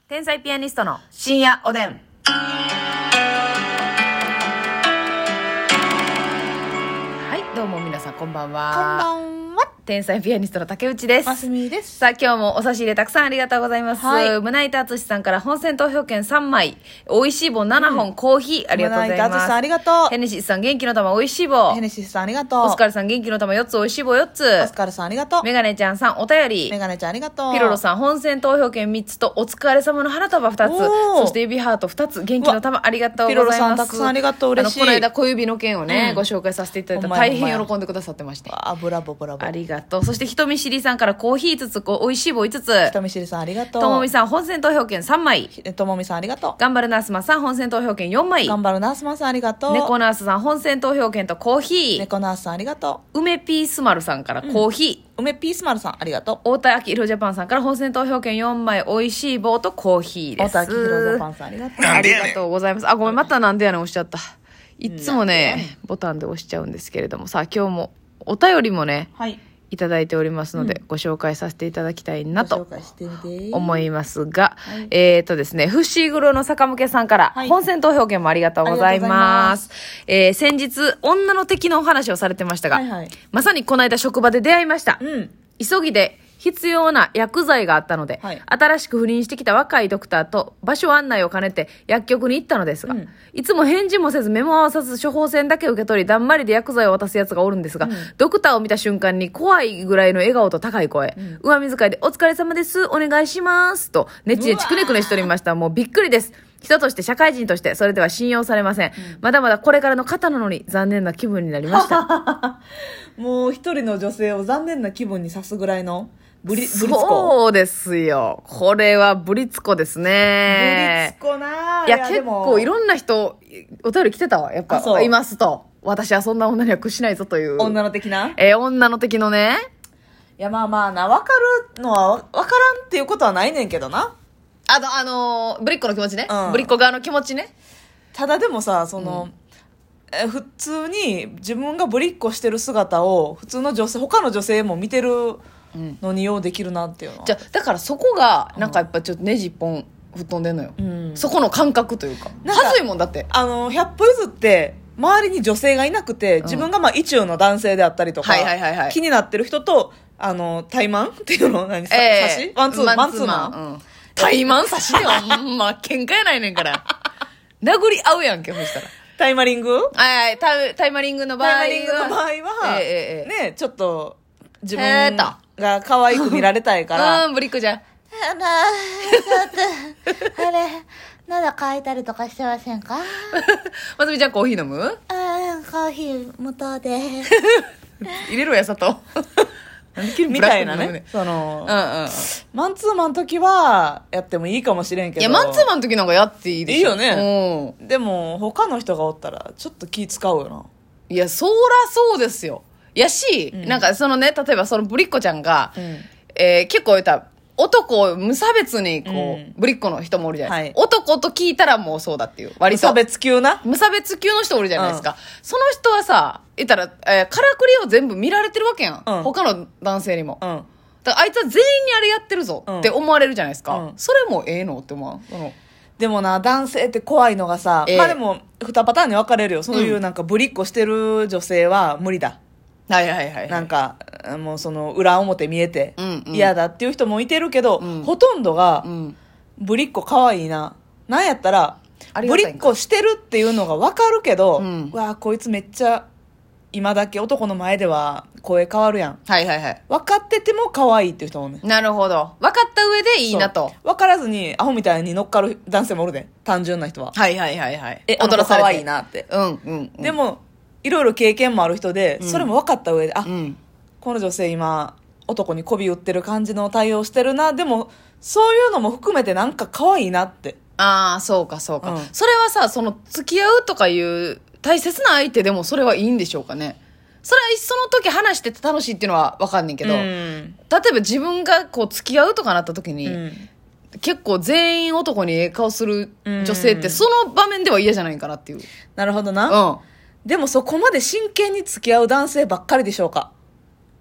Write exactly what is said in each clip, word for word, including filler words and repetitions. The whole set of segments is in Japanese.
天才ピアニストの深夜おでん。はい、どうも皆さんこんばんは。 こんばんは。 天才ピアニストの竹内です。 ますみです。 さあ今日もお差し入れたくさんありがとうございます。 はい、 胸板敦さんから本選投票券さんまい、おいしい棒ななほん、うん、コーヒーありがとうございます。 胸板敦さんありがとう。 ヘネシスさん元気の玉おいしい棒。 ヘネシスさんありがとう。 オスカルさん元気の玉よっつおいしい棒よっつ。 オスカルさんありがとう。 メガネちゃんさんお便り。 メガネちゃんありがとう。 ピロロさん本選投票券みっつとお疲れ様の花束ふたつ、そして指ハートふたつ、元気の玉ありがとうございます。 ピロロさんたくさんありがとう。嬉しい。 あのこの間小指の件をね、うん、ご紹介させていただいたら大変喜んでくださってまして、 あ、ブラボーブラボー、 ありがとう。そして人見知りさんからコーヒーいつつ、おいしい棒いつつ。 人見知りさんありがとう。 ともみさん本選投票券さんまい。 ともみさんありがとう。 頑張るナースマンさん本選投票券よんまい。 頑張るナースマンさんありがとう。 猫ナースさん本選投票券とコーヒー。 猫ナースさんありがとう。梅ピース丸さんからコーヒー、 うん、梅ピース丸さんありがとう。 太田明宏ジャパンさんから本選投票券よんまい、おいしい棒とコーヒーです。 太田明宏ジャパンさんありがとう。 ありがとうございます。あ、ごめん、またなんでやねん押しちゃった。いつもねボタンで押しちゃうんですけれども、さあ今日もお便りもね、はい、いただいておりますので、うん、ご紹介させていただきたいなと思いますが、はい、えっ、ー、とですね、ふしぐろの坂向さんから、はい、本選投票券もありがとうございます。えー、先日女の敵のお話をされてましたが、はいはい、まさにこの間職場で出会いました。うん、急ぎで必要な薬剤があったので、はい、新しく赴任してきた若いドクターと場所案内を兼ねて薬局に行ったのですが、うん、いつも返事もせず目も合わさず処方箋だけ受け取りだんまりで薬剤を渡すやつがおるんですが、うん、ドクターを見た瞬間に怖いぐらいの笑顔と高い声、うん、上水遣いでお疲れ様ですお願いしますとネチネチくねくねしておりました。もうびっくりです。人として社会人としてそれでは信用されません、うん、まだまだこれからの方なのに残念な気分になりましたもう一人の女性を残念な気分にさすぐらいのブリ、ブリツコ。 そうですよ。これはブリツコですね。 ブリツコな。 いや、いや結構いろんな人、お便り来てたわ。やっぱ、いますと。私はそんな女には屈しないぞという。 女の的なえー、女の的のね。 いや、まあまあな、わかるのは、わからんっていうことはないねんけどな。 あの、あのー、ブリッコの気持ちね。うん、ブリッコ側の気持ちね。ただでもさ、その、うん、え普通に自分がブリッコしてる姿を、普通の女性、他の女性も見てる、のにようできるなっていうのは、 じゃあだからそこがなんかやっぱちょっとネジ一本吹っ飛んでんのよ、うん、そこの感覚というかはずいもんだって。 あのひゃっぽ譲って周りに女性がいなくて、自分がまあ意中の男性であったりとか、 はいはいはいはい、 気になってる人とあの対マンっていうの何、えー、差しワンツーマンツーマン、うん、 対マン差しではほんま喧嘩やないねんから殴り合うやんけ。そしたらタイマリング、 はいはい、タイ、タイマリングの場合はタイマリングの場合は、えーえー、ねちょっと自分へーとが可愛く見られたいからうん、ブリックじゃん。あら、ちょっと、あれ、喉乾いたりとかしてませんかまつみちゃんコーヒー飲む？ うん、コーヒー無糖で。 入れろや、砂糖。 みたいなね。その、うんうん、マンツーマンの時はやってもいいかもしれんけど。 いや、マンツーマンの時なんかやっていいでしょ。 いいよね。うん。でも、他の人がおったら、ちょっと気使うよな。 いや、そらそうですよ。やし、うん、なんかそのね、例えばそのブリッコちゃんが、うん、えー、結構言ったら、男を無差別にこう、うん、ブリッコの人もおるじゃないですか、はい、男と聞いたらもうそうだっていう。割と。 無差別級な無差別級の人おるじゃないですか。うん、その人はさ、言ったら、えー、からくりを全部見られてるわけやん。うん、他の男性にも。うん、だからあいつは全員にあれやってるぞって思われるじゃないですか。うん、それもええのって思う。そのでもな、男性って怖いのがさ、えー、まあでも、二パターンに分かれるよ。そういうなんかブリッコしてる女性は無理だ。 はいはいはい、はい、 なんかもうその裏表見えて嫌だっていう人もいてるけど、うんうん、ほとんどが、うん、ブリッコ可愛いな、なんやったらブリッコしてるっていうのが分かるけど、うん、わあこいつめっちゃ今だけ男の前では声変わるやん、 はいはいはい、 分かってても可愛いっていう人もね。 なるほど、分かった上でいいなと。 分からずにアホみたいに乗っかる男性もおるで、単純な人は。 はいはいはいはい、 え、踊らされて可愛いなって、 うんうんうん、 でもいろいろ経験もある人で、それも分かった上で、うん、あ、うん、この女性今男に媚び売ってる感じの対応してるな、でもそういうのも含めてなんか可愛いなって。 ああ、そうかそうか、うん、それはさ、その付き合うとかいう大切な相手でもそれはいいんでしょうかね。それはその時話してて楽しいっていうのは分かんねんけど、うん、例えば自分がこう付き合うとかなった時に、うん、結構全員男にええ顔する女性ってその場面では嫌じゃないかなっていう。 なるほどな、 うん、 でもそこまで真剣に付き合う男性ばっかりでしょうか。 いや、そりゃ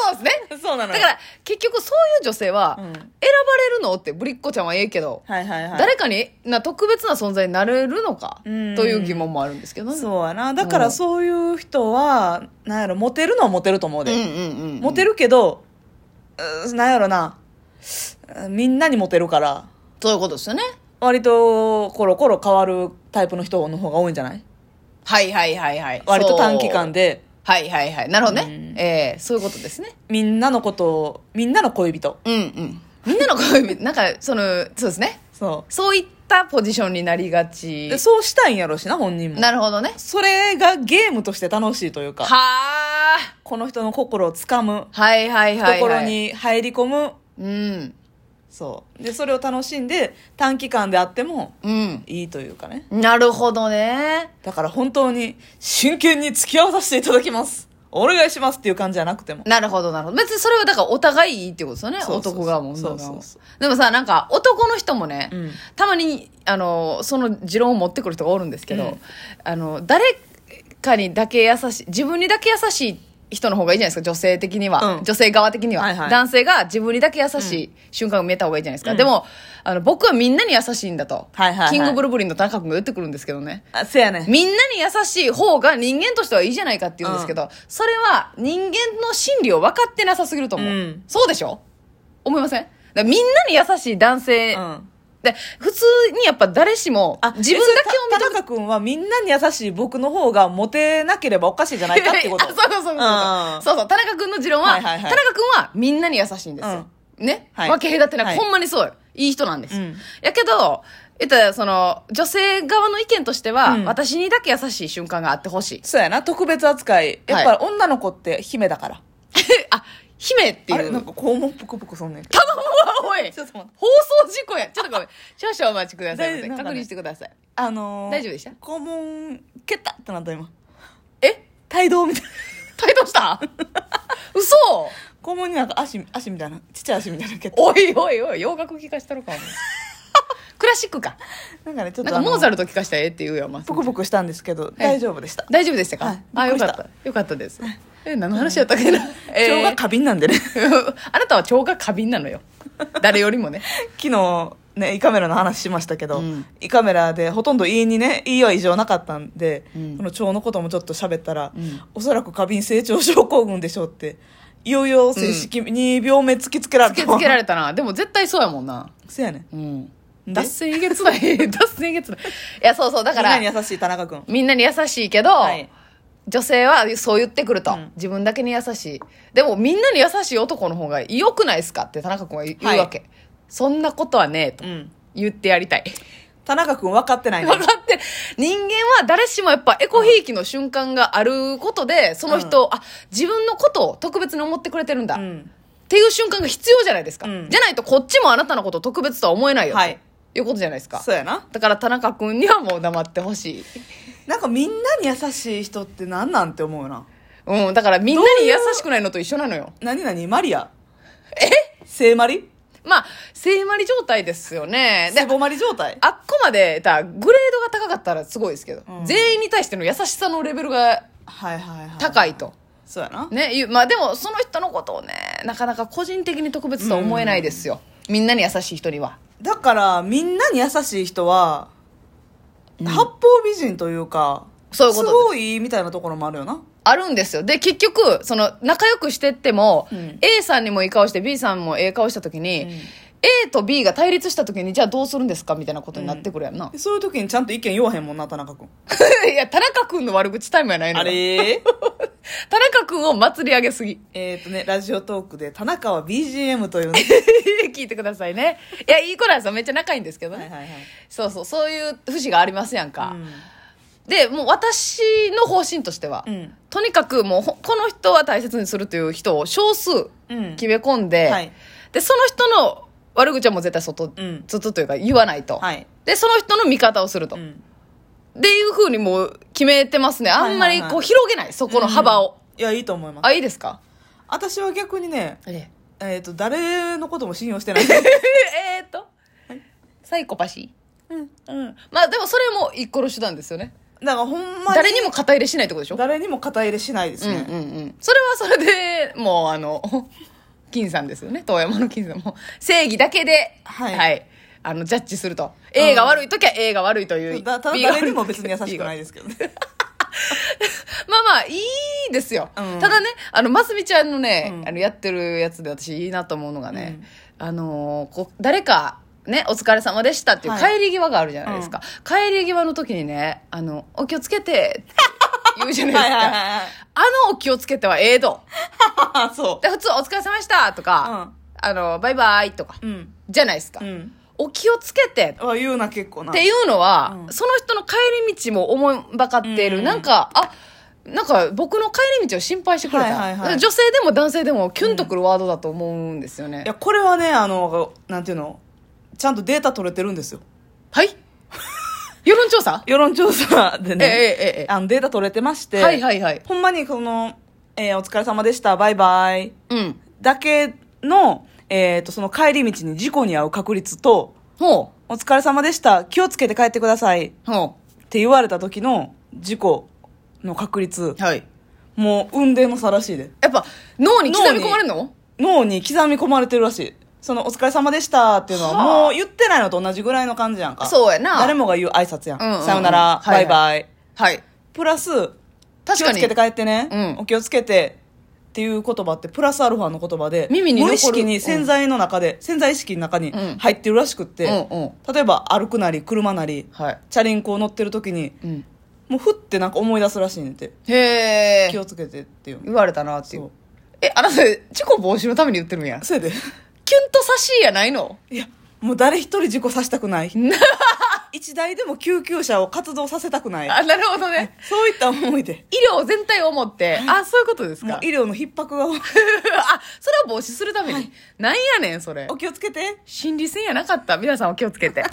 そうですね。 そうなのよ。 だから、結局そういう女性は、 うん選ばれるのってぶりっ子ちゃんはええけど、 はいはいはい。 誰かにな特別な存在になれるのか、 うんという疑問もあるんですけどね。 そうやな。だからそういう人は、なんやろ、モテるのはモテると思うで。 うんうんうんうん。 モテるけど、うーなんやろな、みんなにモテるから、 そういうことですよね。 割とコロコロ変わるタイプの人の方が多いんじゃない？ はいはいはいはい。 割と短期間で。 はいはいはい。なるほどね。 うんええー、そういうことですね。 みんなのことを、みんなの恋人。 うんうん。みんなの恋人、なんか、その、そうですね。 そそういったポジションになりがう。 ちで。そうしたいんやろしな、本人も。 なるほどね。 それがゲームとして楽しいというか、 はあ。 この人の心をつかむ、 はいはいはい、はい。 懐。に入り込む、 うん。 そう。で、それを楽しんで、短期間であってもうん。 いいというかね。 なるほどね。 だから本当に真剣に付き合わさせていただきます。お願いしますっていう感じじゃなくても。 なるほどなるほど。別にそれはだからお互いいいってことですよね。 そうそうそう男側も女側も。 そうそうそでもさ、なんか男の人もね、 うんたまに、あの、その持論を持ってくる人がおるんですけど、 うんあの、誰かにだけ優しい、自分にだけ優しい人の方がいいじゃないですか、女性的には。 うん女性側的には、 はいはい男性が自分にだけ優しい瞬間が見えた方がいいじゃないですか。 うんでも、あの、僕はみんなに優しいんだと。 はいはいはいキングブルブリンの田中君が言ってくるんですけどね。 あ、せやね。 みんなに優しい方が人間としてはいいじゃないかって言うんですけど、それは人間の心理を分かってなさすぎると思う。 うんそうでしょ？思いません？だからみんなに優しい男性、 うん。 で普通にやっぱ誰しも自分だけをえそれ認めた田中君はみんなに優しい僕の方がモテなければおかしいじゃないかってこと。 あそうそうそうそう、 うんそうそう田中君の持論は、 はいはいはい田中君はみんなに優しいんですよ、ね、 はい分け隔てなく、 はいほんまにそうよ、いい人なんです、 うんやけど言ったらその女性側の意見としては、 うん私にだけ優しい瞬間があってほしいそうやな、特別扱い。やっぱり女の子って姫だから。 あ姫っていうあれなんか肛門ぷくぷくそんねんけど。 頼むわ、おい。 ちょっと待って放送事故や。ちょっとごめん。少々お待ちくださいませ。 大丈夫なんかね確認してください。 あのー、 大丈夫でした肛門、蹴ったってなった今。 え帯同みたいな。 帯同した嘘肛門になんか足、足みたいな、ちっちゃい足みたいな蹴った。 おいおいおい、洋楽聞かしたろか、お前クラシックか。 なんかね、ちょっとなんかモーザルトト聞かしたらええって言うよ、まぷくぷくしたんですけど、大丈夫でした。 大丈夫でしたか、 はいあ、 びっくりしたよかった。よかったです。え、何の話やったっけな。え腸が過敏なんでね。 ーあなたは腸が過敏なのよ。誰よりもね。 昨日、ね、胃カメラの話しましたけど、 うん胃カメラでほとんど胃にね、胃は異常なかったんで、 うんこの腸のこともちょっと喋ったら、 うんおそらく過敏性腸症候群でしょうって、いよいよ正式に病名突きつけられたわ。 つけつけられたな。でも絶対そうやもんな。 そうやねん。 うん。 で脱線えげつない。脱線えげつない。いや、そうそう。だから、 みんなに優しい田中君。 みんなに優しいけど、 はい女性はそう言ってくると、 うん自分だけに優しい。でもみんなに優しい男の方が良くないですかって田中君は言うわけ。 はいそんなことはねえとうん。 言ってやりたい。 田中君分かってないね分かって、人間は誰しもやっぱエコひいきの瞬間があることで、その人、あ、自分のことを特別に思ってくれてるんだ。っうん。 ていう瞬間が必要じゃないですか。 うんじゃないとこっちもあなたのことを特別とは思えないよ。 はいということじゃないですか。 そうやな。 だから田中君にはもう黙ってほしい。 なんかみんなに優しい人って何なんて思うよな。 うん、だからみんなに優しくないのと一緒なのよ。 何々マリアえ聖マリまあ、聖マリ状態ですよね。でセ、ボマリ状態あっこまで、だグレードが高かったらすごいですけど、 うん全員に対しての優しさのレベルがはいはいはい。 高いと。 そうやな。 ね、いうまあでもその人のことをね、なかなか個人的に特別とは思えないですよ。みんなに優しい人には。 だからみんなに優しい人は、 うん八方美人というかそういうことですすごいみたいなところもあるよな。 あるんですよ。で、結局、その、仲良くしてっても、 うん A さんにもいい顔して B さんもええ顔した時に、 うん A と B が対立した時に、じゃあどうするんですかみたいなことになってくるやんな。 でそういう時にちゃんと意見言わへんもんな田中君。 いや、田中君の悪口タイムやないのよ。 あれ田中君を祭り上げすぎ。 えっとねラジオトークで田中は ビージーエム というね聞いてくださいね。いや、いい子なんですよ。めっちゃ仲いいんですけどね。 はいはいはい、 そうそう、そういう節がありますやんか。 うんで、もう私の方針としては、 うんとにかくもうほこの人は大切にするという人を少数うん決め込んで、 はいで、その人の悪口はもう絶対外、 うん外というか言わないと。 はいで、その人の味方をすると。っうんていうふうにもう決めてますね。あんまりはいはいはいこう広げない、そこの幅を。 いやいいと思います。 あ、いいですか？ 私は逆にねええっ、と誰のことも信用してないええーっと、サイコパシーうん。うん。まあでもそれも一個の手段ですよね。 だからほんまに。 誰にも肩入れしないってことでしょ？ 誰にも肩入れしないですね。 うんうんうん。それはそれで、もうあの、金さんですよね。遠山の金さんも。正義だけで、はい。はい、あの、ジャッジすると。A が悪いときは A が悪いという。 だただ誰にも別に優しくないですけどね。 まあまあ、いいですよ。うん、ただね、あの、ますみちゃんのね、うん、あの、やってるやつで私いいなと思うのがね、うん、あのー、こう、誰か、ね、お疲れ様でしたっていう帰り際があるじゃないですか。はい、帰り際の時にね、あの、お気をつけてって言うじゃないですか。はいはいはいはい、あのお気をつけてはええと。そう。で、普通お疲れ様でしたとか、うん、あの、バイバイとか、うん、じゃないですか。うんお気をつけてあ言うな結構なっていうのは、うん、その人の帰り道も思いばかっている、うん、なんかあなんか僕の帰り道を心配してくれた、はいはいはい、女性でも男性でもキュンとくるワードだと思うんですよね、うん、 いやこれはねあのなんていうのちゃんとデータ取れてるんですよはい世論調査世論調査でね、ええええ、あのデータ取れてまして、 はいはいはい、 ほんまにこの、えー、お疲れ様でしたバイバイ、うん、だけのえー、とその帰り道に事故に遭う確率とほうお疲れ様でした気をつけて帰ってくださいほうって言われた時の事故の確率、はい、もう雲泥の差らしいでやっぱ脳に刻み込まれるの脳に刻み込まれてるらしいそのお疲れ様でしたっていうのはもう言ってないのと同じぐらいの感じやんかそうやな誰もが言う挨拶やん、うんうんうん、さよなら、はいはい、バイバイ、はい、プラス確かに気をつけて帰ってね、うん、お気をつけてっていう言葉ってプラスアルファの言葉で耳に無意識に潜在の中で、うん、潜在意識の中に入ってるらしくって、うんうん、例えば歩くなり車なり、はい、チャリンコを乗ってる時に、うん、もうふってなんか思い出すらしいねんてへー気をつけてっていう言われたなっていうえあなた事故防止のために言ってるんやそれでキュンとさしいやないのいやもう誰一人事故させたくない一台でも救急車を活動させたくないあなるほどねそういった思いで医療全体を思ってあそういうことですかもう医療の逼迫があそれは防止するために、はい、なんやねんそれお気をつけて心理戦やなかった皆さんお気をつけて